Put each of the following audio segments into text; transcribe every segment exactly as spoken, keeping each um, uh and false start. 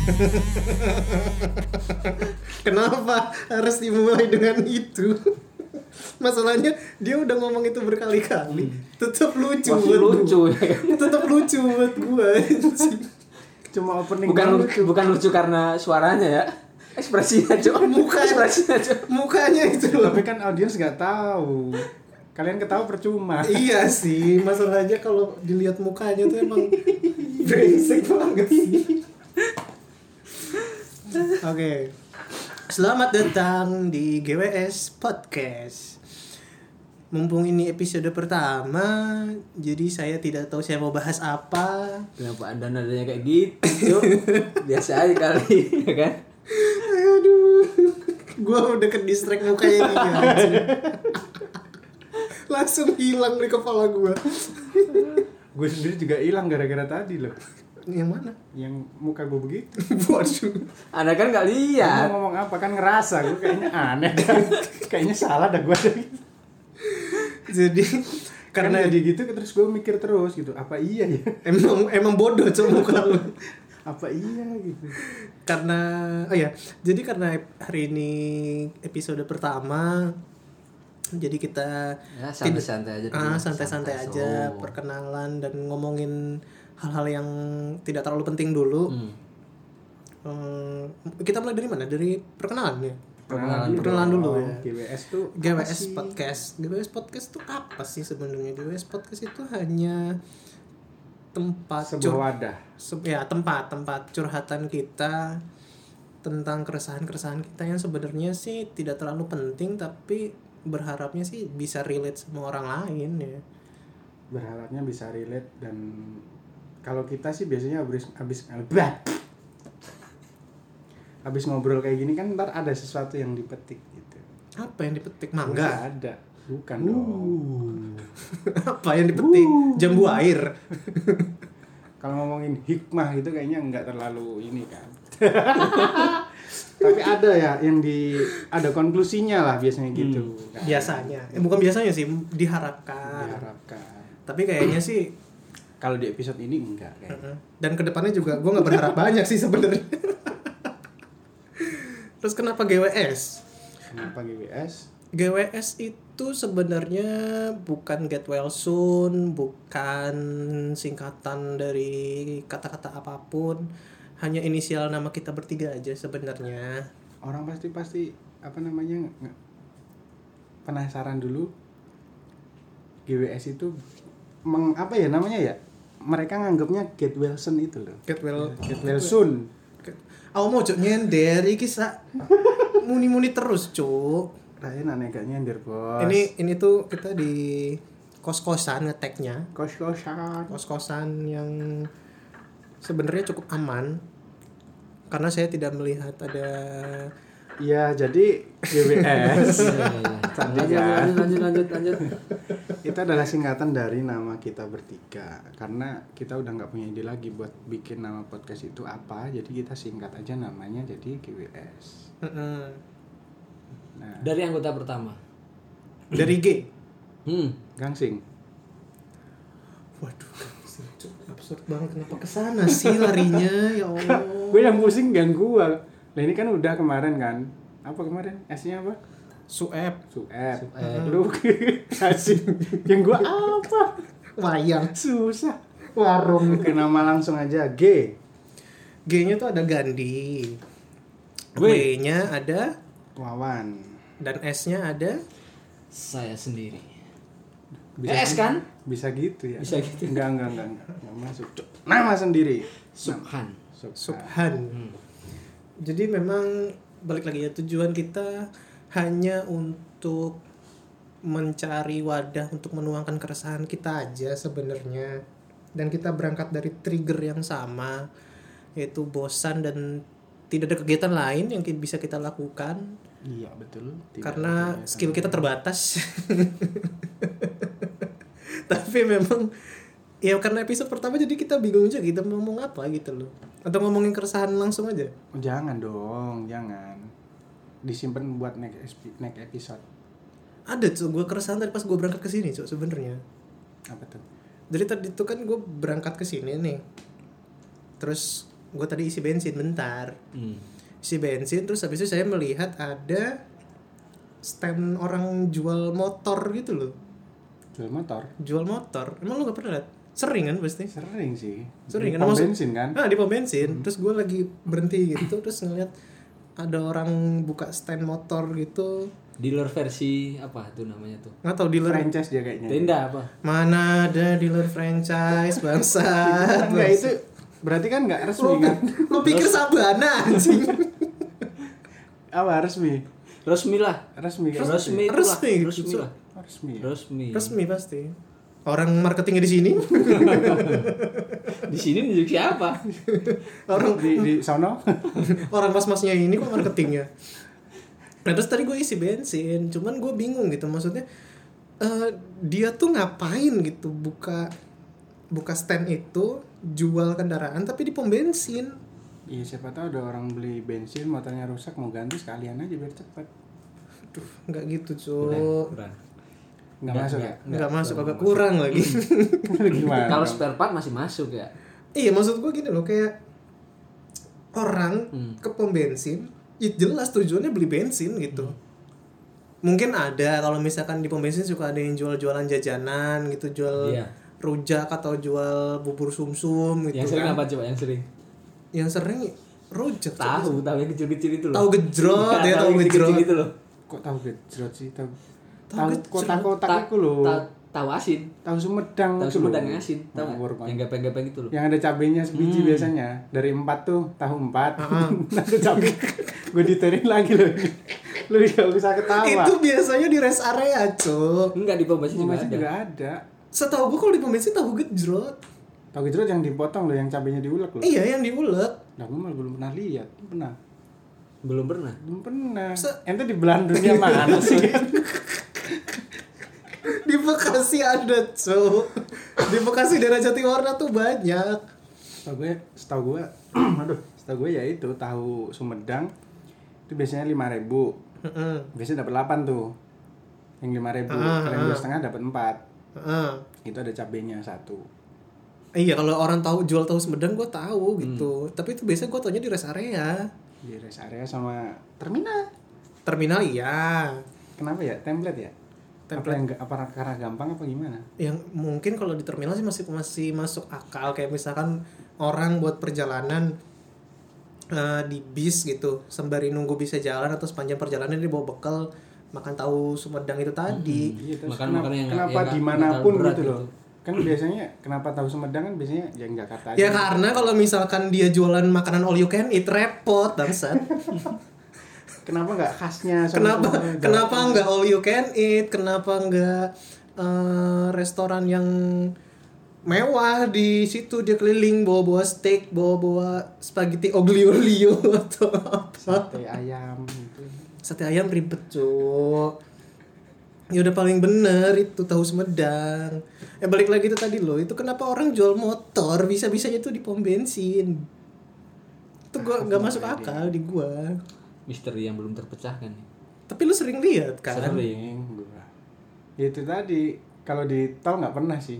Kenapa harus dimulai dengan itu? Masalahnya dia udah ngomong itu berkali-kali, hmm. tetap lucu. Masih lucu ya. Tetap lucu buat gue. Cuma opening bukan lucu. Bukan lucu karena suaranya ya. Ekspresinya, Cok. Muka ekspresinya, Cok. Mukanya itu. Tapi kan audiens enggak tahu. Kalian ketawa percuma. Iya sih, masalahnya kalau dilihat mukanya tuh emang brengsek banget sih. Oke. Okay. Selamat datang di G W S Podcast. Mumpung ini episode pertama, jadi saya tidak tahu saya mau bahas apa. Kenapa Anda nadanya kayak gitu? Biasa aja kali, ya kan? Aduh. Gua udah ke distract mukanya dia. Langsung hilang di kepala gua. Gue sendiri juga hilang gara-gara tadi loh. Yang mana? Yang muka gue begitu. Waduh. Anda kan nggak lihat. Ngomong apa kan ngerasa gue kayaknya aneh kan. Kayaknya salah dah gue. Jadi karena karena jadi gitu terus gue mikir terus gitu. Apa iya ya? emang emang bodoh cuma muka lu. Apa iya gitu. Karena oh ya, jadi karena hari ini episode pertama, jadi kita ya, santai-santai aja. Ah, santai-santai santai aja, so. perkenalan dan ngomongin hal-hal yang tidak terlalu penting dulu. Hmm. Hmm, kita mulai dari mana? Dari perkenalan ya. Perkenalan, perkenalan dulu ya. G W S tuh G W S Podcast. G W S Podcast itu apa sih sebenarnya? G W S Podcast itu hanya tempat sebuah cur- wadah. Se- ya, tempat tempat curhatan kita tentang keresahan-keresahan kita yang sebenarnya sih tidak terlalu penting, tapi berharapnya sih bisa relate sama orang lain ya. Berharapnya bisa relate, dan kalau kita sih biasanya habis habis habis ngobrol kayak gini kan ntar ada sesuatu yang dipetik gitu. Apa yang dipetik? Mangga? Nggak ada. Bukan uh. dong. Apa yang dipetik? Uh. Jambu air. Kalau ngomongin hikmah gitu kayaknya nggak terlalu ini kan. Tapi ada ya yang di ada konklusinya lah biasanya gitu. Hmm. Kan? Biasanya. Eh, bukan biasanya sih, diharapkan. Diharapkan. Tapi kayaknya sih kalau di episode ini enggak kayaknya. Dan kedepannya juga gue nggak berharap banyak sih sebenarnya. Terus kenapa G W S? Kenapa G W S? G W S itu sebenarnya bukan get well soon, bukan singkatan dari kata-kata apapun, hanya inisial nama kita bertiga aja sebenarnya. Orang pasti pasti apa namanya penasaran dulu. G W S itu meng, apa ya namanya ya? Mereka nganggapnya get well soon itu loh. Get well, get well soon. Aku mau cok nyender, iki sa muni-muni terus cok. Raya aneh gak nyender bos. Ini ini tuh kita di kos-kosan ngeteknya. Kos-kosan. Kos-kosan yang sebenarnya cukup aman karena saya tidak melihat ada. Iya, jadi G W S. lanjut, lanjut, lanjut, lanjut, lanjut. Itu adalah singkatan dari nama kita bertiga. Karena kita udah nggak punya ide lagi buat bikin nama podcast itu apa, jadi kita singkat aja namanya jadi G W S. Uh-uh. Nah. Dari anggota pertama. Dari G. Hmm. Gangsing. Waduh, absurd banget, kenapa kesana sih larinya, ya Allah. Gue yang pusing gang gua. Nah ini kan udah kemarin kan. Apa kemarin? S-nya apa? Sueb. Sueb. Lu kasih. Yang gua apa? Wayang. Susah. Warung. Oke, nama langsung aja G. G-nya tuh ada Gandhi. W. W-nya ada Wawan. Dan S-nya ada saya sendiri. Bisa S kan? Bisa gitu ya. Bisa gitu. Enggak, enggak, enggak, enggak. Enggak masuk. Nama sendiri. Subhan. Subhan. Subhan. Hmm. Jadi memang balik lagi ya, tujuan kita hanya untuk mencari wadah untuk menuangkan keresahan kita aja sebenarnya. Dan kita berangkat dari trigger yang sama, yaitu bosan dan tidak ada kegiatan lain yang bisa kita lakukan. Iya, betul. Tidak karena skill kita terbatas. Tapi memang ya karena episode pertama jadi kita bingung juga kita mau ngomong apa gitu loh. Atau ngomongin keresahan langsung aja. Jangan dong, jangan. Disimpan buat next next episode. Ada tuh gue keresahan tadi pas gue berangkat ke sini, Cuk, sebenarnya. Apa tuh? Jadi tadi itu kan gue berangkat ke sini nih. Terus gue tadi isi bensin bentar. Hmm. Isi bensin terus habis itu saya melihat ada stand orang jual motor gitu loh. Jual motor. Jual motor. Emang lu gak pernah lihat? Sering kan pasti? Sering sih. Sering Di kan? pom Maksud- bensin kan? Nah di pom bensin. Hmm. Terus gue lagi berhenti gitu terus ngeliat ada orang buka stand motor gitu. Dealer versi apa tuh namanya tuh? Nggak tahu dealer. Franchise dia kayaknya. Tenda apa? Mana ada dealer franchise bangsa. Enggak itu berarti kan enggak resmi Lu, kan? lu pikir Sabana anjing? Apa resmi? Resmi lah. Resmi kan? Resmi itulah. Resmi, Resmi gitu. lah. Oh, resmi. Ya? Resmi. Resmi pasti. Orang marketingnya di sini. Di sini nunjuk siapa? Orang di di sono. orang mas-masnya ini kok marketingnya. Nah terus tadi gue isi bensin, cuman gue bingung gitu maksudnya uh, dia tuh ngapain gitu buka buka stand itu jual kendaraan tapi di pom bensin. Iya siapa tahu ada orang beli bensin motornya rusak mau ganti sekalian aja biar cepet. Aduh nggak gitu Kurang, cuk. kurang. Nggak masuk ya? Nggak masuk agak kurang lagi. Gimana? Kalau spare part masih masuk ya. Iya maksud gue gini loh kayak orang Hmm. ke pom bensin, ya jelas tujuannya beli bensin gitu. Hmm. Mungkin ada kalau misalkan di pom bensin suka ada yang jual-jualan jajanan gitu, jual Iya. rujak atau jual bubur sumsum gitu. Yang sering kan. apa coba yang sering? Yang sering rujak. Tahu, tahu yang kecil-kecil itu loh. Tahu gejrot Iya, ya, tahu yang gejrot. kecil-kecil gitu loh. Kok tahu gejrot sih? Tahu Tahu tahu gejrot. kotak-kotak Ta- itu loh. ta- Tahu asin. Tahu Sumedang. Tahu itu Sumedang loh. yang asin. Tahu nggak? Ngawur, Bang. Yang gepeng-gepeng itu loh. Yang ada cabenya sebiji Hmm. biasanya. Dari empat tuh tahu empat. Ah. Ada cabe. Gue diterin lagi loh. Lu gak bisa ketawa. Itu biasanya di rest area, Cuk. Enggak di pom bensin juga masih ada. juga ada. Setahu gua kalau di pom bensin tahu gejrot. Tahu gejrot yang dipotong loh, yang cabenya diulek loh. Iya, yang diulek. Nah, gue malah belum pernah lihat. Pernah. Belum pernah. Belum pernah. Se- Ente di belahan dunia mana sih? Di Bekasi ada, Cuk. Di Bekasi daerah Jatiwarna tuh banyak. Setahu gue, setahu gue, aduh, setahu gue ya itu tahu Sumedang itu biasanya lima ribu. Heeh. Biasanya dapat delapan tuh. Yang lima ribu, Ah, yang ah. dua setengah dapat empat. Heeh. Itu ada cabenya satu. Iya, kalau orang tahu jual tahu Sumedang gue tahu gitu. Hmm. Tapi itu biasanya gue taunya di rest area. Di rest area sama terminal. Terminal iya. Kenapa ya? Template ya? Apa Template. yang ga- apa karena gampang apa gimana? Yang mungkin kalau di terminal sih masih masih masuk akal kayak misalkan orang buat perjalanan eh, di bis gitu sembari nunggu bisa jalan atau sepanjang perjalanan dia bawa bekal makan tahu Sumedang itu tadi. Iya, terus Makan- kenapa, makan yang nggak- kenapa yang nggak- dimanapun nggak terlalu gitu berat loh? Kan biasanya kenapa tahu Sumedang kan biasanya ya nggak kata aja. Ya karena kalau misalkan dia jualan makanan all you can eat repot bangsat. Kenapa nggak khasnya? sama Kenapa Sumedang? kenapa nggak all you can eat? Kenapa nggak eh, restoran yang mewah di situ dia keliling bawa-bawa steak, bawa-bawa spaghetti oglio olio atau apa? Sate ayam gitu. Sate ayam ribet, Cuk. Ya udah paling bener itu tahu Sumedang. Eh balik lagi itu tadi loh, itu kenapa orang jual motor bisa-bisanya tuh di pom bensin. Itu gua nggak masuk akal di gua. Misteri yang belum terpecahkan nih. Tapi lu sering lihat kan? Sering. Gua. Ya itu tadi kalau di tol nggak pernah sih.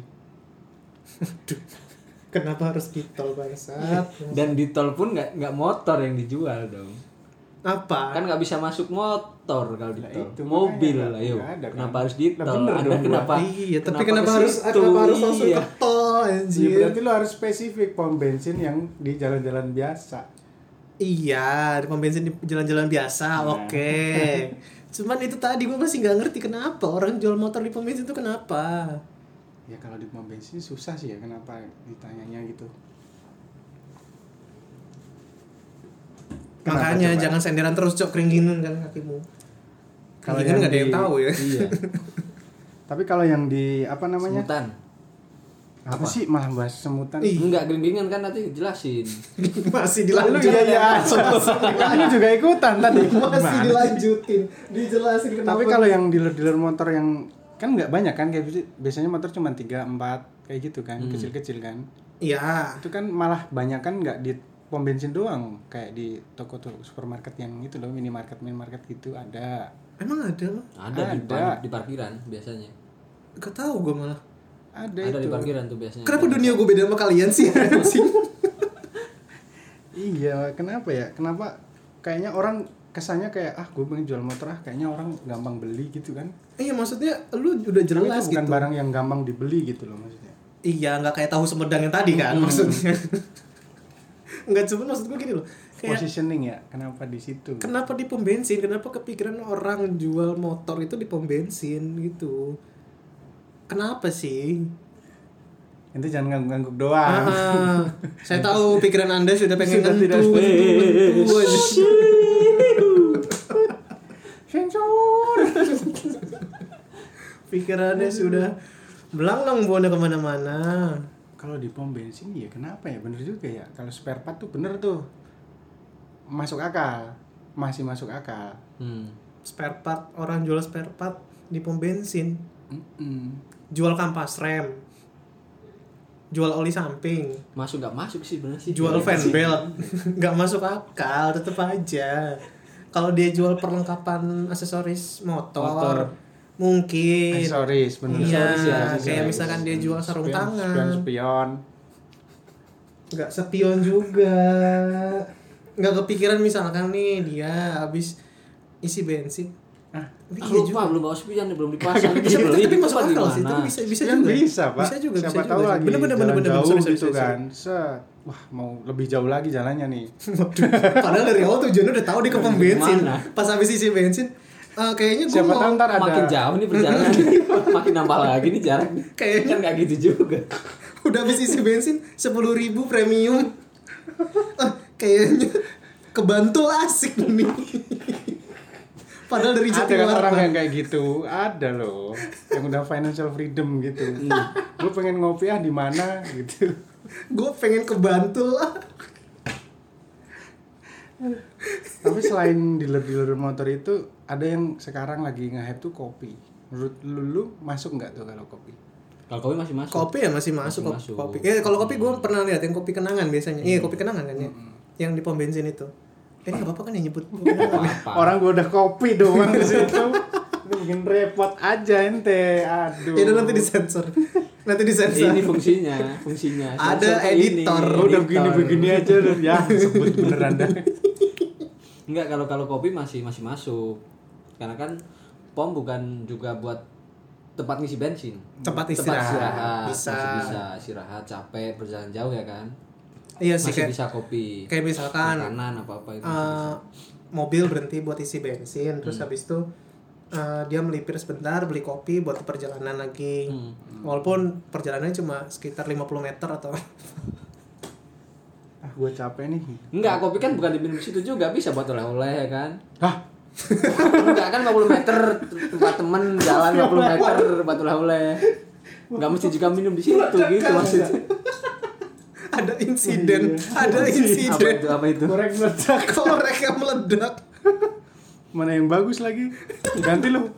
Kenapa harus di tol bangsat? Dan di tol pun nggak nggak motor yang dijual dong. Apa? Kan nggak bisa masuk motor kalau di Lah tol. itu, Mobil makanya lah, yuk. nggak ada kan. Kenapa harus di Lah tol? bener Anda dong, kenapa? Iya, tapi kenapa kenapa ke harus situ? kenapa harus langsung Iya. ke tol Ya, anjir? berarti lo harus spesifik pom bensin yang di jalan-jalan biasa. Iya, di pom bensin di jalan-jalan biasa, Nah. oke. Cuman itu tadi gue masih nggak ngerti kenapa orang jual motor di pom bensin itu kenapa? Ya kalau di pom bensin susah sih ya kenapa ditanyanya gitu. Kenapa Makanya coba? jangan senderan terus cok keringginan kan kakimu. Kalau Keringginan yang nggak ada yang di- tahu ya. Iya. Tapi kalau yang di apa namanya? Semutan. Apa, Apa? sih malah bahas semutan? Ih. Enggak gering-geringan kan nanti jelasin. Masih Lalu dilanjutin. iya iya aja. Kan lu juga ikutan tadi. Masih Gimana? dilanjutin, dijelasin kenapa. Tapi kalau yang dealer-dealer motor yang kan nggak banyak kan kayak biasa- biasanya motor cuma tiga empat kayak gitu kan, Hmm. kecil-kecil kan. iya, Itu kan malah banyak kan nggak di pom bensin doang, kayak di toko-toko supermarket yang itu loh, minimarket minimarket gitu ada. emang ada loh. Ada, Di, Ada. par- di parkiran biasanya. Gak tahu gue malah. Ada, Ada itu. di parkiran tuh biasanya. Kenapa dunia gue beda sama kalian sih? anjing? Iya, kenapa ya? Kenapa kayaknya orang kesannya kayak ah gue pengen jual motor ah kayaknya orang gampang beli gitu kan? Iya maksudnya lu udah Tapi jelas itu bukan gitu. barang yang gampang dibeli gitu loh maksudnya. Iya, nggak kayak tahu Sumedang yang tadi kan Hmm. maksudnya. Nggak, cuma maksud gue gini loh. Kayak Positioning ya, kenapa di situ? kenapa di pom bensin? Kenapa kepikiran orang jual motor itu di pom bensin gitu? Kenapa sih? Ente jangan ngangguk-ngangguk doang. Ah, saya tahu pikiran Anda sudah pengen Sudah tidak ngentu, ngentu, ngentu aja. Sensor. Pikirannya sudah melanglang buana kemana-mana. Kalau di pom bensin ya kenapa ya? Bener juga ya. Kalau spare part tuh bener tuh. Masuk akal. Masih masuk akal. Hmm. Spare part, orang jual spare part di pom bensin. Mm-mm. Jual kampas rem, jual oli samping, Masuk nggak masuk sih bener sih. jual fan belt, nggak masuk akal, tetep aja. Kalau dia jual perlengkapan aksesoris motor, Motor. mungkin. Aksesoris bener. Iya, Aksesoris ya, kayak aksesoris. misalkan dia jual sarung Spion, tangan, Spion, spion. nggak sepion juga. Nggak kepikiran misalkan nih dia habis isi bensin. Ah, Tapi Ah, iya lupa juga. belum bawa spion nih belum dipasang. Bisa, Beli, tapi itu masuk apa akal gimana? sih, itu bisa bisa Spion juga. bisa pak. Bisa juga, Siapa bisa tahu juga. lagi Bener bener jalan bener bener. jauh Sorry, sorry, gitu sorry, kan. Set. Wah mau lebih jauh lagi jalannya nih. Waduh, padahal dari awal tujuannya udah tahu di ke pom bensin. Gimana? Pas habis isi bensin, eh, kayaknya gue Siapa tahu mau ntar ada. Makin jauh nih perjalanan. Makin nambah lagi nih jarak. Kayaknya. Kan nggak gitu juga. udah habis isi bensin sepuluh ribu premium. Ah, kayaknya ke Bantul asik nih. Padahal dari Ada kan Jatiwarna. orang yang kayak gitu, ada loh, yang udah financial freedom gitu. Gue pengen ngopi ah di mana gitu. Gue pengen ke Bantul ah. Tapi selain dealer-dealer motor itu, ada yang sekarang lagi nge-hype tuh kopi. Menurut lu, lu masuk nggak tuh kalau kopi? Kalau kopi masih masuk. Kopi ya masih masuk, Masih kok- masuk. kopi. Eh kalau kopi gue pernah lihat yang kopi kenangan biasanya. Iya kopi kenangan kan ya. Yang di pom bensin itu. Eh nggak apa-apa kan yang nyebut kopi kenangan. Apa? Orang gue udah kopi doang di situ. Itu bikin repot aja ente. Aduh. Ya udah nanti disensor. Nanti disensor. Ini fungsinya, fungsinya. Ada Sensor kayak editor. ini, udah editor. begini-begini aja udah ya sebut beneran dah. Enggak, kalau kalau kopi masih masih masuk. Karena kan pom bukan juga buat tempat ngisi bensin. Tempat Tempat istirahat. istirahat. Bisa. Masih bisa istirahat, capek, perjalanan jauh ya kan. Iya sih Masih kayak, bisa kopi. kayak misalkan Makanan apa-apa itu. masih eh, bisa. mobil berhenti buat isi bensin Hmm. terus habis itu eh, dia melipir sebentar beli kopi buat perjalanan lagi. Hmm. Walaupun perjalanannya cuma sekitar lima puluh meter atau Ah gue capek nih. Enggak, kopi kan bukan diminum di situ juga, bisa buat oleh-oleh ya kan. Hah? Enggak kan lima puluh meter tempat temen jalan lima puluh meter buat oleh-oleh. Enggak mesti juga minum di situ gitu maksudnya. ada insiden, ada Apa insiden. itu? Apa itu? Korek meledak. Korek yang meledak. Mana yang bagus lagi? Ganti lu.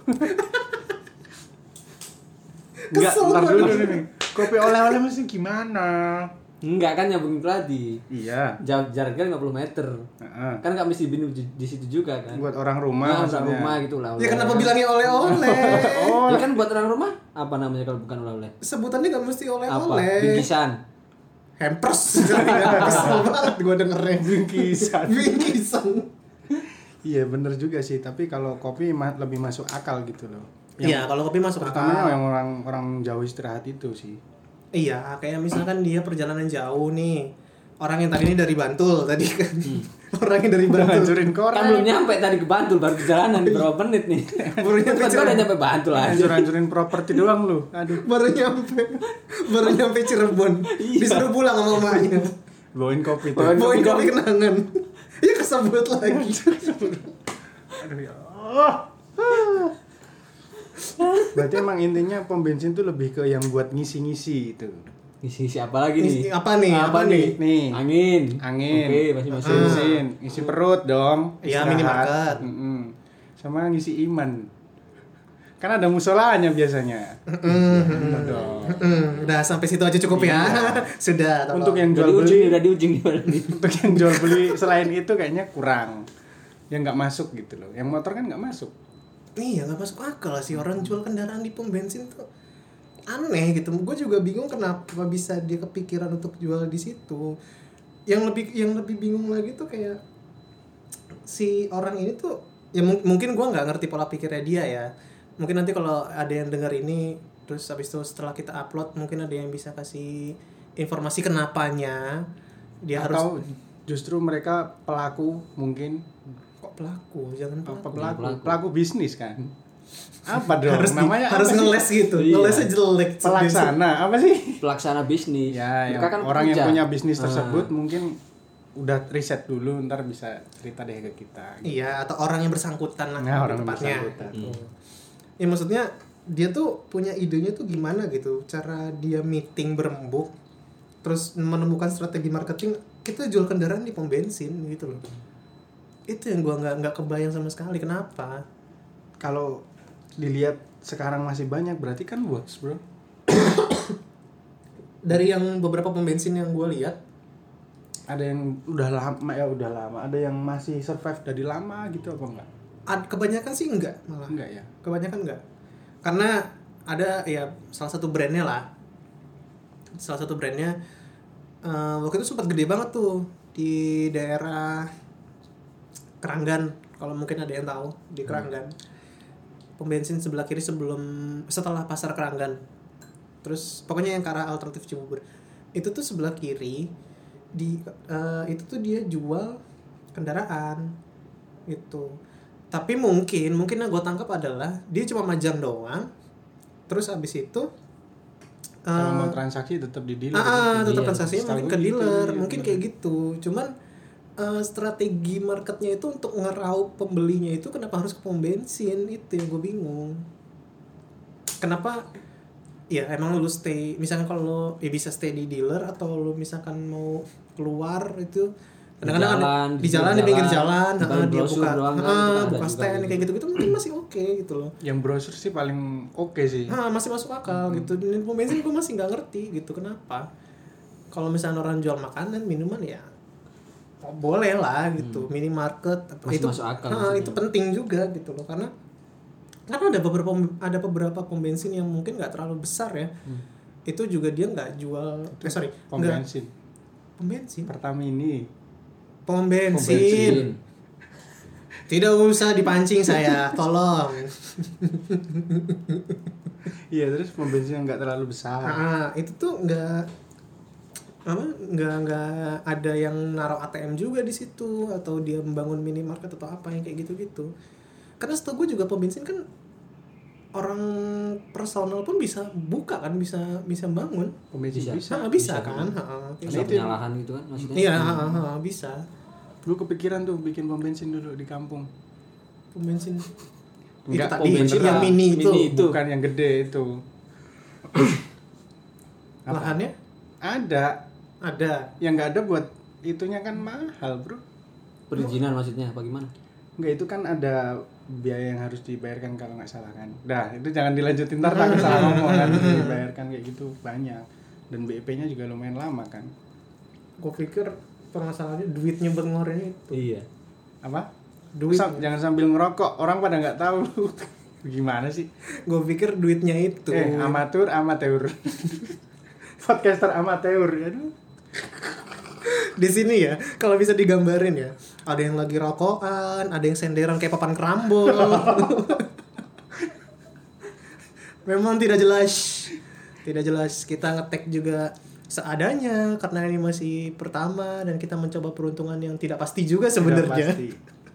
Enggak, Kesel ntar dulu banget. nih. Kopi oleh-oleh mesti gimana? Enggak kan nyambungin tadi. Iya. Jauh jaraknya lima puluh meter. Heeh. Kan enggak mesti minum di, di situ juga kan. Buat orang rumah Nah, orang maksudnya. rumah gitu lah. Ya kenapa bilangnya oleh-oleh? Oh, Ya kan buat orang rumah apa namanya kalau bukan oleh-oleh? Sebutannya nggak mesti Apa? oleh-oleh. Bingkisan. Hampers. Kesel banget gue dengernya. bingkisan. Bingkisan. Iya bener juga sih, tapi kalau kopi ma- lebih masuk akal gitu loh. Iya, kalau kopi masuk Terutama akal. yang orang orang jauh istirahat itu sih. Iya, kayak misalkan dia perjalanan jauh nih. Orang yang tadi ini dari Bantul tadi kan. Orang yang dari Udah Bantul. ngancurin korek. Kan belum nyampe tadi ke Bantul baru perjalanan berapa menit nih. Baru nyampe Tiba-tiba udah nyampe Bantul aja. Hancur-hancurin properti doang lu. Aduh. Baru nyampe. Baru nyampe Cirebon. Disuruh pulang sama mamanya. Bawain kopi tuh. Bawain Bawain kopi kopi kenangan. Ya kesebut lagi. Aduh ya Allah. Berarti emang intinya pom bensin tuh lebih ke yang buat ngisi-ngisi itu. Isi-isi apa lagi nih? Isi- apa nih? Apa nih? Nih. Angin. Angin. Oke, masih masih. Bensin, isi perut dong. Iya, istirahat. minimarket. Mm-mm. Sama ngisi iman. Kan ada musolanya biasanya. Bener dong. Hmm, udah sampai situ aja cukup ya. Sudah. tolong. Untuk yang Udah jual di ujung beli, nih, udah di ujung nih. untuk yang jual beli selain itu kayaknya kurang. Yang nggak masuk gitu loh. Yang motor kan nggak masuk. Iya nggak masuk akal sih orang jual kendaraan di pom bensin tuh aneh gitu. Gue juga bingung kenapa bisa dia kepikiran untuk jual di situ. yang lebih yang lebih bingung lagi tuh kayak si orang ini tuh ya m- mungkin gue nggak ngerti pola pikirnya dia ya. Mungkin nanti kalau ada yang dengar ini terus habis itu setelah kita upload mungkin ada yang bisa kasih informasi kenapanya dia Atau harus justru mereka pelaku mungkin kok pelaku jangan apa pelaku. pelaku pelaku. pelaku bisnis kan apa dong harus di- namanya harus apa sih? ngeles gitu Iya. ngelesnya jelek Pelaksana apa sih Pelaksana bisnis. ya yang Mereka kan orang yang pekerja. punya bisnis Ah. tersebut mungkin udah riset dulu ntar bisa cerita deh ke kita gitu. iya atau orang yang bersangkutan lah Nah, orang yang tepatnya bersangkutan. gitu. Ya maksudnya dia tuh punya idenya tuh gimana gitu cara dia meeting berembuk terus menemukan strategi marketing kita jual kendaraan di pom bensin gitu loh. Itu yang gua nggak nggak kebayang sama sekali kenapa. Kalau dilihat sekarang masih banyak berarti kan works bro. Dari yang beberapa pom bensin yang gua lihat Ada yang udah lama ya udah lama ada yang masih survive dari lama gitu apa enggak ad- kebanyakan sih enggak malah. enggak ya Kebanyakan enggak. Karena ada ya salah satu brandnya lah. Salah satu brandnya uh, waktu itu sempat gede banget tuh di daerah Keranggan. Kalau mungkin ada yang tahu di Keranggan. Pom bensin sebelah kiri sebelum setelah pasar Keranggan. Terus pokoknya yang ke arah alternatif Cibubur. Itu tuh sebelah kiri di uh, itu tuh dia jual kendaraan itu. Tapi mungkin mungkin yang gue tangkap adalah dia cuma majang doang. Terus abis itu kalau uh, mau transaksi tetap di dealer ah, gitu. tetap Iya, transaksinya setahu mungkin ke gue gitu, dealer, iya, mungkin bener. kayak gitu. Cuman uh, strategi marketnya itu untuk ngeraup pembelinya itu kenapa harus ke pom bensin, itu yang gue bingung. Kenapa? Ya emang lu stay, misalkan kalau lu ya bisa stay di dealer atau lu misalkan mau keluar itu kadang-kadang ada- jalan, di jalan di pinggir jalan, di ah, dia brosur buka, doang kan, ah, itu ada buka juga stand gitu. kayak gitu-gitu mungkin masih oke gitu loh. Yang brosur sih paling oke sih. Ah, masih masuk akal gitu. Dan pom bensin gue masih nggak ngerti gitu kenapa. Kalau misalnya orang jual makanan, minuman ya oh, boleh lah gitu, minimarket apa Masih itu masuk akal ah, maksudnya. itu penting juga gitu loh karena karena ada beberapa ada beberapa pom bensin yang mungkin nggak terlalu besar ya. Itu juga dia nggak jual eh sorry Pom nggak bensin. pom bensin Pertamini. pom bensin. Tidak usah dipancing saya, tolong. Iya terus pom bensin yang nggak terlalu besar. Ah, itu tuh nggak apa nggak nggak ada yang naruh A T M juga di situ atau dia membangun minimarket atau apa yang kayak gitu-gitu. Karena setahu gue juga pom bensin kan orang personal pun bisa buka kan, bisa bisa bangun. Pom bensin Bisa. bisa. Nah, bisa, bisa, kan? Heeh, kayak Bisa gitu. penyalahan gitu kan maksudnya. Iya, heeh, heeh, bisa. Gue kepikiran tuh bikin pom bensin dulu di kampung. Pom bensin Enggak, itu pom tadi bensin yang lah. mini itu. Mini itu. Bukan yang gede itu. Apa? Lahannya Ada. ada. Yang nggak ada buat itunya kan mahal bro. Perizinan maksudnya apa gimana? Enggak itu kan ada biaya yang harus dibayarkan kalau nggak salah kan. Dah itu jangan dilanjutin ntar tak salah ngomong kan dibayarkan kayak gitu banyak dan B E P-nya juga lumayan lama kan. Gue pikir permasalahannya duitnya buat ngeluarin itu. Iya. Apa? Duit. Sam- jangan sambil ngerokok orang pada nggak tahu lu gimana sih. Gue pikir duitnya itu. Eh amatur amateur. Podcaster amateur aduh. Di sini ya, kalau bisa digambarin ya, ada yang lagi rokokan, ada yang senderan kayak papan kerambol. Memang tidak jelas, tidak jelas. Kita ngetek juga seadanya karena ini masih pertama dan kita mencoba peruntungan yang tidak pasti juga sebenarnya. Tidak pasti.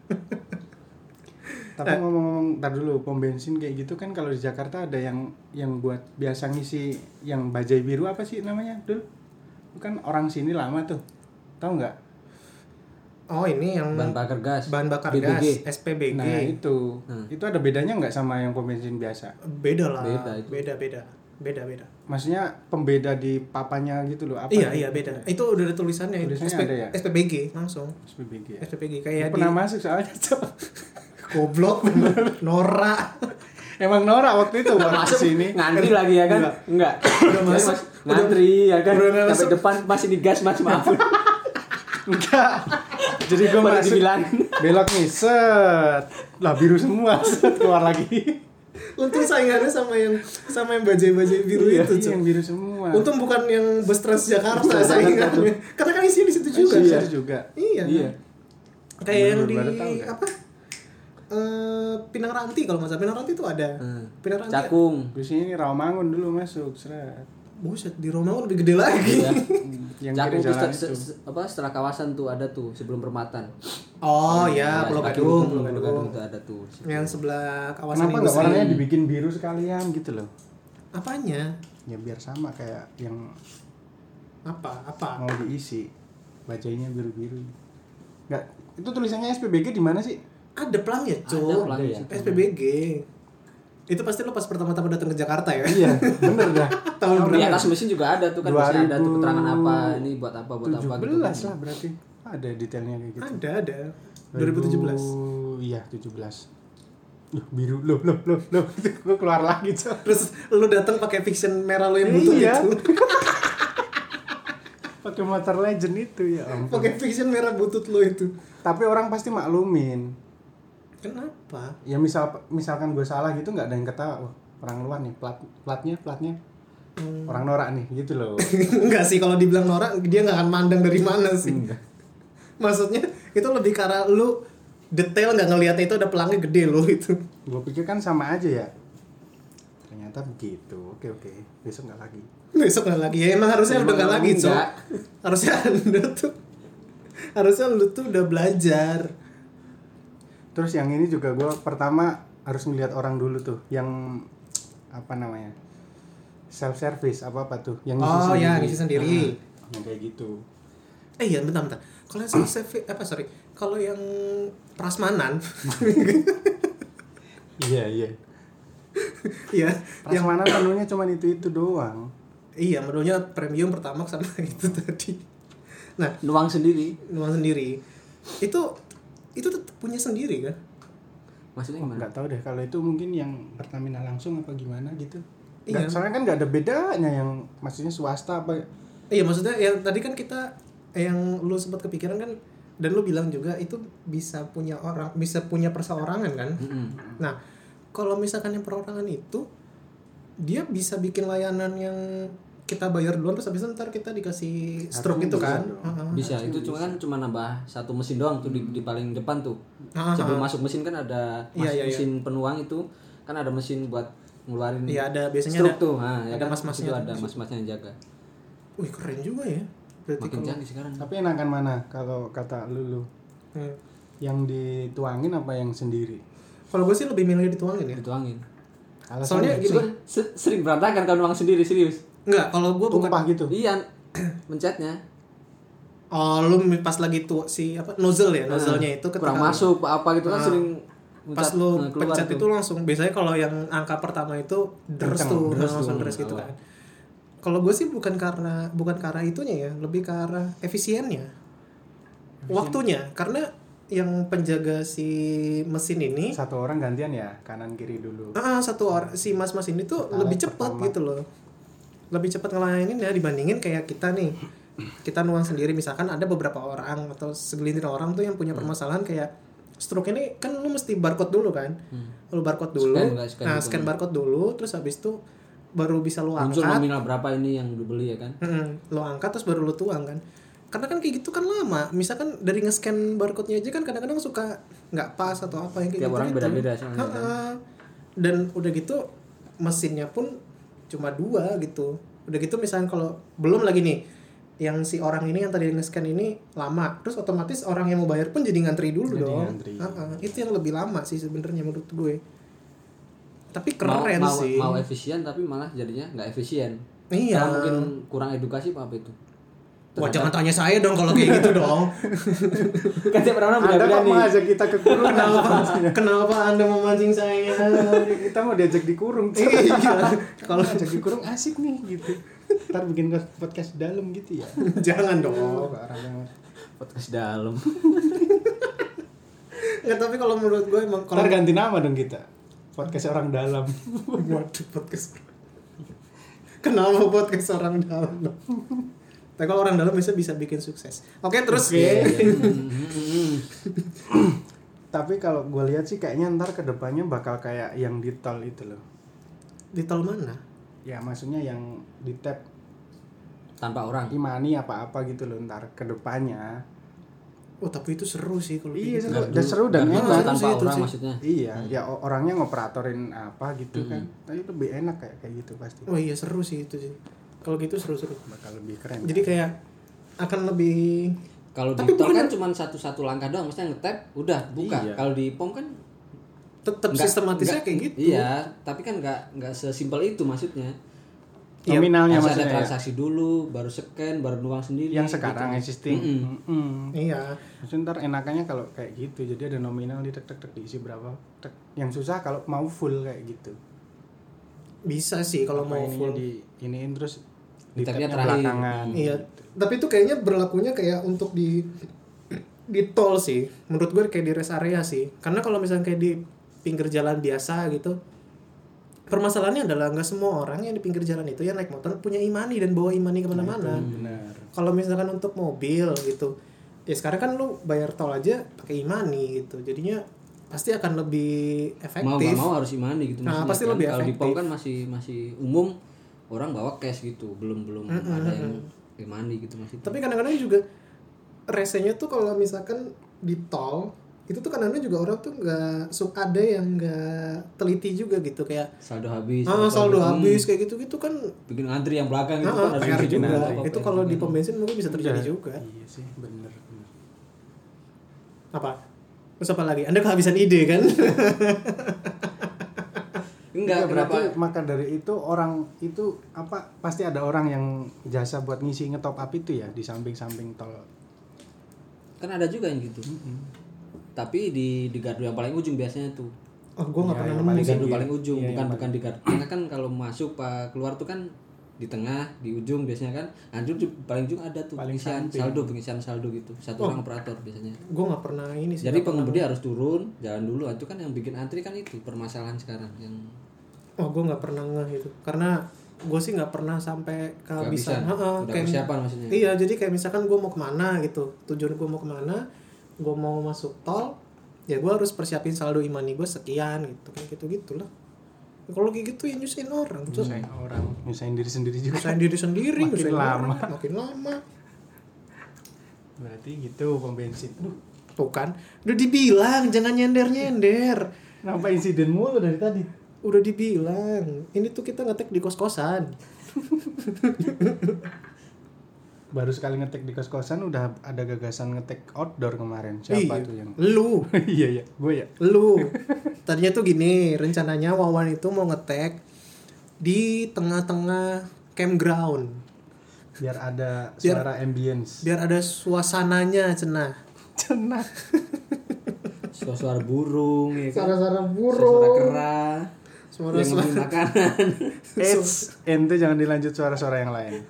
Tapi ngomong-ngomong, ntar dulu pom bensin kayak gitu kan kalau di Jakarta ada yang yang buat biasa ngisi yang bajai biru apa sih namanya dulu? Bukan orang sini lama tuh, tahu nggak? Oh ini yang Bahan bakar gas. bahan bakar B B G. gas, S P B G. Nah itu, Hmm. itu ada bedanya nggak sama yang pom bensin biasa? Beda lah, Beda itu. beda beda, beda beda. Maksudnya pembeda di papanya gitu loh? Apa? Iya iya beda. Itu udah ada tulisannya. Tulisannya S P, ada ya? S P B G langsung. S P B G ya? S P B G Gua kayak di pernah masuk soalnya Cok. goblok Nora. Emang Nora waktu itu waktu Masuk sini ngantri lagi ya kan? Enggak. Udah masuk, Ngantri ya kan? udah nggak Sampai masuk. depan masih digas Mas, maaf. enggak. Jadi gue Baru masuk dibilang. belok nih set lah biru semua set keluar lagi. Untung saingannya sama yang sama yang bajai-bajai biru Iya, itu, iya, Cok. yang biru semua. Untung bukan yang bus Transjakarta saingannya. Karena kan isinya di situ juga. Iya kan? juga. Iya. Iya. Kayak yang Baru- di baru tahu nggak? apa? Eh, Pinang Ranti kalau nggak salah. Pinang Ranti itu ada. Hmm. Pinang Ranti. Cakung. Terus ini Rawamangun dulu masuk, seret. Buset, di Romangun lebih gede lagi. Iya. Yang Cakung kiri tuh jalan se- itu. se- apa setelah kawasan tuh ada tuh sebelum permatan. Oh ya, Pulau Gadung, Pulau Pulau Gadung. Gadung tuh ada tuh. Yang sebelah kawasan Kenapa nggak industri. warnanya dibikin biru sekalian gitu loh? Apanya? Ya biar sama kayak yang Apa? Apa? mau diisi. Bajainya biru-biru. Nggak, itu tulisannya S P B G di mana sih? Ada pelang ya, Ada Cuk. pelang ya. S P B G. Itu pasti lo pas pertama-tama datang ke Jakarta ya? Iya, bener dah. Tahun Di berapa? atas mesin juga ada tuh kan mesin ada tuh keterangan apa ini buat apa buat apa tujuh gitu. belas lah berarti. Ada detailnya kayak gitu. Ada, ada. dua ribu tujuh belas. Oh, iya, tujuh belas. Loh, biru. Loh, loh, loh, loh. Gue keluar lagi, Cok. Terus lu datang pakai fiction merah lo yang butuh Iya. itu. Pakai motor legend itu ya ampun. Pakai fiction merah butut lo itu. Tapi orang pasti maklumin. Kenapa? Ya misal misalkan gue salah gitu nggak ada yang ketawa. Wah, orang luar nih plat platnya platnya Hmm. orang norak nih gitu loh. Enggak sih, kalau dibilang norak dia nggak akan mandang dari mana sih. Enggak. Maksudnya itu lebih karena lu detail nggak ngelihatnya itu ada pelangnya gede lo itu. Gue pikir kan sama aja ya. Ternyata begitu. Oke oke. Besok nggak lagi. Besok nggak lagi ya, emang harusnya Emang udah nggak lagi, Cok. enggak. Harusnya anda tuh harusnya lu tuh udah belajar. Terus yang ini juga gue pertama harus ngeliat orang dulu tuh yang apa namanya self service apa apa tuh yang ngisi Oh ya, sendiri. ngisi sendiri. Nah, yang kayak gitu. Eh iya, bentar bentar. Kalau yang self service apa sorry, kalau yang prasmanan, Iya iya. ya, yang Prasmanan menunya cuma itu itu doang. iya menunya premium pertama sama itu tadi. Nah, Nuang sendiri. nuang sendiri. Itu itu tetap punya sendiri kan? Maksudnya Oh, gimana? nggak tahu deh kalau itu mungkin yang Pertamina langsung apa gimana gitu. Iya. Nggak, soalnya kan nggak ada bedanya yang maksudnya swasta apa. Iya, maksudnya yang tadi kan kita yang lu sempat kepikiran kan, dan lu bilang juga itu bisa punya orang, bisa punya perseorangan kan? Mm-mm. Nah, kalau misalkan yang perorangan itu dia bisa bikin layanan yang kita bayar duluan terus habis itu ntar kita dikasih stroke Harusnya itu bisa kan? dong. Heeh. Bisa, itu cuma kan cuma nambah satu mesin doang tuh di, di paling depan tuh. Ah, Sebelum ah. masuk mesin kan ada Iya, mas- iya, iya. mesin penuang itu kan ada mesin buat ngeluarin Iya, ada biasanya stroke ada- tuh. Nah, ya ada kan, mas-masnya itu tuh. ada mas-masnya yang jaga. Wih, keren juga ya. Berarti Makin kalau canggih sekarang. Tapi enakan mana kalau kata lu lu? Hmm. Yang dituangin apa yang sendiri? Kalau gue sih lebih milih dituangin ya. Dituangin. Soalnya gini, Suka- se- sering berantakan kalau nuang sendiri serius. enggak, kalau gue bukan. tumpah gitu. Iya, mencetnya. Oh, lu pas lagi tuh si apa nozzle ya, nozzle-nya itu ketika kurang masuk apa gitu kan Ah. sering pas mencat- lu nah, keluar pencet tuh. itu langsung biasanya kalau yang angka pertama itu deres Kenceng, tuh, deres langsung tuh, deres gitu awal. kan. Kalau gue sih bukan karena bukan karena itunya ya, lebih ke arah efisiennya. Waktunya, karena yang penjaga si mesin ini Satu orang gantian ya, kanan kiri dulu. ah satu orang si mas-mas ini tuh Alat lebih cepat pertama. gitu loh. Lebih cepat ngelayanin ya dibandingin kayak kita nih. Kita nuang sendiri misalkan ada beberapa orang atau segelintir orang tuh yang punya permasalahan kayak stroke ini kan lu mesti barcode dulu kan. Lu barcode dulu. Scan nggak, scan nah, gitu. scan barcode dulu terus habis itu baru bisa lu muncul angkat. nominal berapa ini yang dibeli ya kan. Mm-mm, lu angkat terus baru lu tuang kan. Karena kan kayak gitu kan lama. Misalkan dari nge-scan barcode-nya aja kan kadang-kadang suka nggak pas atau apa yang kayak Tiap gitu. orang beda-beda soalnya kan. Ha-ha. Dan udah gitu mesinnya pun cuma dua gitu. Udah gitu misalkan kalau belum lagi nih yang si orang ini yang tadi nge-scan ini lama, terus otomatis orang yang mau bayar pun jadi ngantri dulu Jadi dong. ngantri. Ha-ha. Itu yang lebih lama sih sebenarnya menurut gue. Tapi Mau, keren mau, sih. mau efisien tapi malah jadinya nggak efisien. Iya. Karena mungkin kurang edukasi apa, apa itu. Wah, jangan tanya saya dong kalau kayak gitu dong. Kan tiap orang Anda beda-beda kok nih. mengajak kita ke kurung? Kenapa? Kenapa Anda memancing saya? Kita mau diajak dikurung. Iya. Kalau ajak dikurung asik nih gitu. Ntar bikin podcast dalam gitu ya. Jangan dong. Oh, parah banget. Podcast dalam. Nggak, tapi kalau menurut gue emang kalau Ntar ganti nama dong kita. Podcast orang dalam. waduh podcast. Kenapa podcast orang dalam? Tapi kalau orang dalam bisa bisa bikin sukses. Oke, terus Oke. Tapi kalau gue lihat sih kayaknya ntar kedepannya bakal kayak yang di tol itu loh. Di tol mana? Ya maksudnya yang di tap Tanpa orang. Imani apa-apa gitu loh ntar kedepannya. Oh tapi itu seru sih kalau Iya gitu. seru, Gardu- dan seru dan gardu enak. Seru tanpa sih itu orang sih. maksudnya. Iya, ya o- orangnya ngoperatorin apa gitu Hmm. kan. Tapi lebih enak kayak kayak gitu pasti. Oh iya seru sih itu sih. Kalau gitu seru-seru. Bakal lebih keren. Jadi kayak akan lebih Kalau di Tapi tol kan bukannya- cuma satu-satu langkah doang, maksudnya ngetap udah buka. Iya. Kalau di pom kan tetap nggak- sistematisnya nggak- kayak gitu. Iya, tapi kan nggak nggak sesimpel itu maksudnya. Iya, nominalnya Harus ada maksudnya ya. transaksi dulu, baru scan, baru nuang sendiri. Yang sekarang gitu. existing. Mm-mm. Mm-mm. Iya. Maksudnya ntar enakannya kalau kayak gitu, jadi ada nominal di tek tek tek diisi berapa. Tek. Yang susah kalau mau full kayak gitu. Bisa sih kalau Apa mau ininya full. di iniin terus di Tabnya tabnya terakhir. belakangan. Iya. Tapi itu kayaknya berlakunya kayak untuk di di tol sih. Menurut gue kayak di rest area sih. Karena kalau misalnya kayak di pinggir jalan biasa gitu, permasalahannya adalah nggak semua orang yang di pinggir jalan itu yang naik motor punya imani dan bawa imani kemana-mana. Benar. Kalau misalkan untuk mobil gitu, ya sekarang kan lu bayar tol aja pakai imani gitu. Jadinya pasti akan lebih Mau efektif. nggak mau harus imani gitu. Nah, maksudnya pasti kan. lebih Kalau di pom efektif. kan masih masih umum orang bawa cash gitu, belum belum ada yang imani gitu maksudnya. Tapi kadang-kadang juga resenya tuh kalau misalkan di tol itu tuh kadang-kadang juga orang tuh nggak su- ada yang nggak teliti juga gitu kayak saldo habis. ah apa saldo gitu. habis kayak gitu-gitu kan Bikin antri yang belakang ah, itu ah, kan P R isi juga. dulu, apa, Itu P R kalau di juga. pom bensin mungkin bisa terjadi Iya. juga. Iya sih, bener bener. Apa? Terus apa lagi? Anda kehabisan ide kan? Enggak, Iya, berarti kenapa? maka dari itu orang itu apa pasti ada orang yang jasa buat ngisi ngetop up itu ya di samping-samping tol. Kan ada juga yang gitu. Tapi di di gardu yang paling ujung biasanya tuh. Oh, gue nggak Ya, pernah yang nemu paling sih. Gardu Iya, paling ujung, iya, bukan yang bukan di gardu tengah kan kalau masuk pak keluar tuh kan di tengah, di ujung biasanya kan. Anjur di paling ujung ada tuh Paling pengisian samping. saldo, pengisian saldo gitu. Satu Oh. orang operator biasanya. Gue nggak pernah ini sih. Jadi nggak pernah. pengemudi harus turun, jalan dulu. Itu kan yang bikin antri kan itu permasalahan sekarang yang Oh, gue nggak pernah ngeh itu. Karena gue sih nggak pernah sampai kehabisan. kehabisan. Heeh, Udah kayak- persiapan maksudnya. Iya, jadi kayak misalkan gue mau kemana gitu, tujuan gue mau kemana, gue mau masuk tol, ya gue harus persiapin saldo imani gue sekian gitu, kayak gitu gitulah. Kalau kayak gitu ya nyusahin orang, terus Nyusahin orang, nyusahin diri sendiri juga. nyusahin diri sendiri, Makin nyusahin lama. orang, makin lama. Berarti gitu pom bensin. Duh, Tuh kan, udah dibilang jangan nyender nyender, kenapa insiden mulu dari tadi? udah dibilang. Ini tuh kita ngetek di kos kosan. Baru sekali ngetek di kos-kosan udah ada gagasan ngetek outdoor kemarin. Siapa Iya, tuh yang? lu. Iya iya, gue ya. Lu tadinya tuh gini, rencananya Wawan itu mau ngetek di tengah-tengah campground Biar ada Biar- suara ambience. biar ada suasananya cenah. Cenah. Suara-suara burung ya kan. Suara-suara Suara burung, kera. suara Yang suara ngomongin makanan. Eits, ente jangan dilanjut suara-suara yang lain.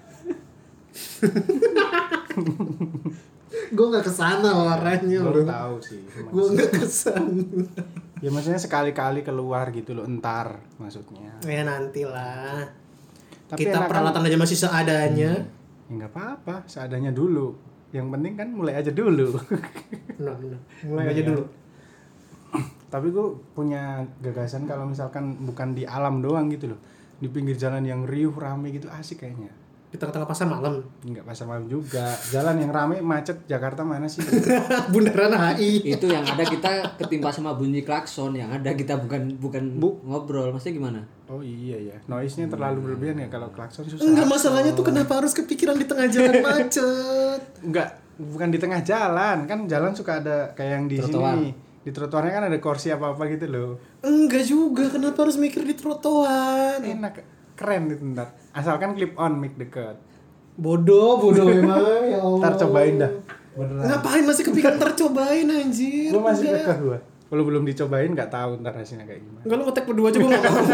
gue nggak kesana orangnya Gue bro, tahu sih. gue nggak kesana. Ya maksudnya sekali-kali keluar gitu loh, entar maksudnya. Ya nantilah, Tapi kita enakan- peralatan aja masih seadanya. Ya nggak apa-apa, seadanya dulu. Yang penting kan mulai aja dulu. Benar, benar. Mulai aja Iya. dulu. Tapi gue punya gagasan kalau misalkan bukan di alam doang gitu loh, di pinggir jalan yang riuh rame gitu asik kayaknya. Di tengah-tengah pasar malam. Nggak pasar malam juga, jalan yang rame macet Jakarta mana sih? Bundaran H I. Itu yang ada kita ketimpa sama bunyi klakson, yang ada kita bukan bukan Bu. ngobrol. Maksudnya gimana? Oh iya ya, noise-nya terlalu berlebihan ya kalau klakson susah. Enggak, masalahnya tuh kenapa harus kepikiran di tengah jalan macet? Enggak, bukan di tengah jalan, kan jalan suka ada kayak yang di Trotoar. sini. Di trotoarnya kan ada kursi apa-apa gitu loh. Enggak juga, kenapa harus mikir di trotoar? Enak, keren itu ntar. Asalkan clip on mic deket. Bodoh, bodoh memang ya Allah. Ntar cobain dah. Beneran. Ngapain masih kepikiran ntar cobain anjir? Gue masih Enggak. kekeh gue. Kalau belum dicobain nggak tahu ntar hasilnya kayak gimana. Enggak, lu ngetek berdua aja gue gak mau.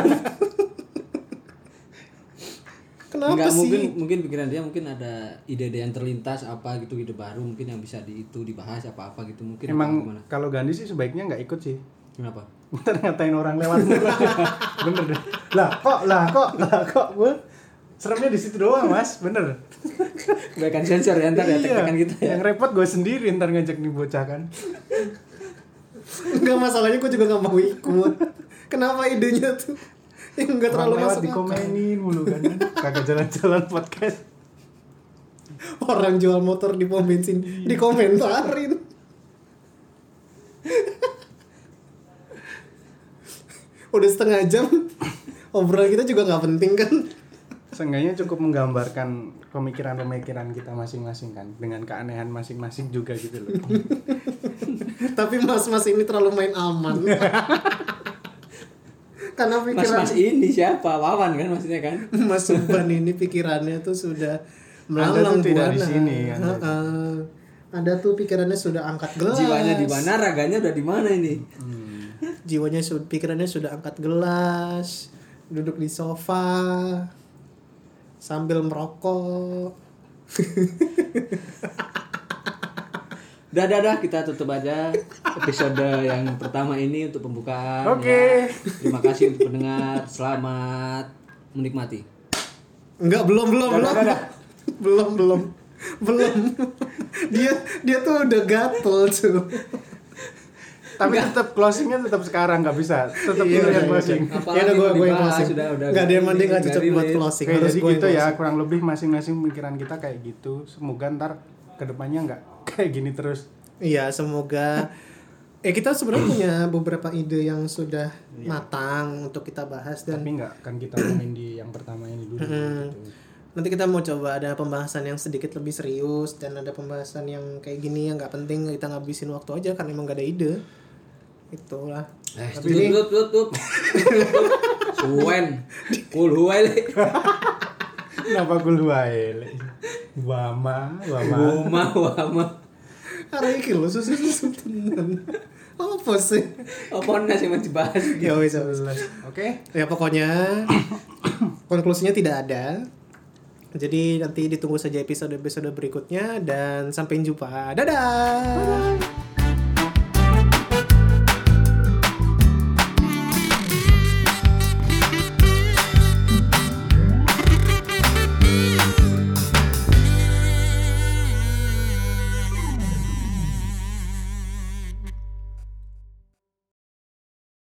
Kenapa Enggak, sih? mungkin mungkin pikiran dia mungkin ada ide-ide yang terlintas apa gitu, ide baru mungkin yang bisa di itu dibahas apa apa gitu mungkin. apa Emang gimana? kalau Gandhi sih sebaiknya nggak ikut sih. Kenapa? Ntar ngatain orang lewat mulu. Bener deh. Lah kok, lah kok, lah kok. Gue seremnya di situ doang mas, bener. Kebaikan sensor ya ntar ya Iya, tekan gitu ya. yang repot gue sendiri ntar ngajak nih bocah kan. Enggak, masalahnya gue juga nggak mau ikut. Kenapa idenya tuh yang nggak terlalu Orang lewat masuk akal. dikomenin mulu kan. Kagak jalan-jalan podcast. Orang jual motor di pom bensin dikomentarin. Udah setengah jam obrolan kita juga nggak penting kan. Seenggaknya cukup menggambarkan pemikiran-pemikiran kita masing-masing kan, dengan keanehan masing-masing juga gitu loh. Tapi mas-mas ini terlalu main aman. Karena pikiran Mas-mas ini siapa? Wawan kan maksudnya kan? Mas Subhan ini pikirannya tuh sudah Anda melalang tuh tidak buana. di sini kan. Heeh. Ada tuh pikirannya sudah angkat gelas. Jiwanya di mana, raganya udah di mana ini? Hmm. Jiwanya sudah, pikirannya sudah angkat gelas, duduk di sofa sambil merokok. Dah, dah, dah, kita tutup aja episode yang pertama ini untuk pembukaan. Oke. Ya. Terima kasih untuk pendengar. Selamat menikmati. Enggak, belum belum Dah, belum. dah, dah. belum belum. Belum. dia dia tuh udah gatel tuh. Tapi tetap closingnya tetap sekarang nggak bisa. Tetap Iya, dulu iya, yang iya. closing. Apalagi Ya udah gue mau gue yang dibahas, closing. sudah, udah. Enggak ada yang mending enggak Nggak cocok buat relate. closing. Oke, Harus jadi gue yang gitu ya, closing. kurang lebih masing-masing pikiran kita kayak gitu. Semoga ntar kedepannya nggak kayak gini terus. Iya, semoga eh kita sebenarnya punya beberapa ide yang sudah matang untuk kita bahas dan Tapi nggak kan kita ngomongin di yang pertama ini dulu. Hmm. gitu. nanti kita mau coba ada pembahasan yang sedikit lebih serius dan ada pembahasan yang kayak gini yang nggak penting kita ngabisin waktu aja karena emang gak ada ide. Itulah. Eh, Tapi tutup, ini- tutup, tutup, tutup. Suwen. Full huwai. Kenapa gue luail? Wama, wama. Wama, wama. Arah iki lho susu-susu tenan. Apa sih? Apa nasi yang dibahas? Ya wis wis. Oke. Ya pokoknya konklusinya tidak ada. Jadi nanti ditunggu saja episode-episode berikutnya dan sampai jumpa. Dadah.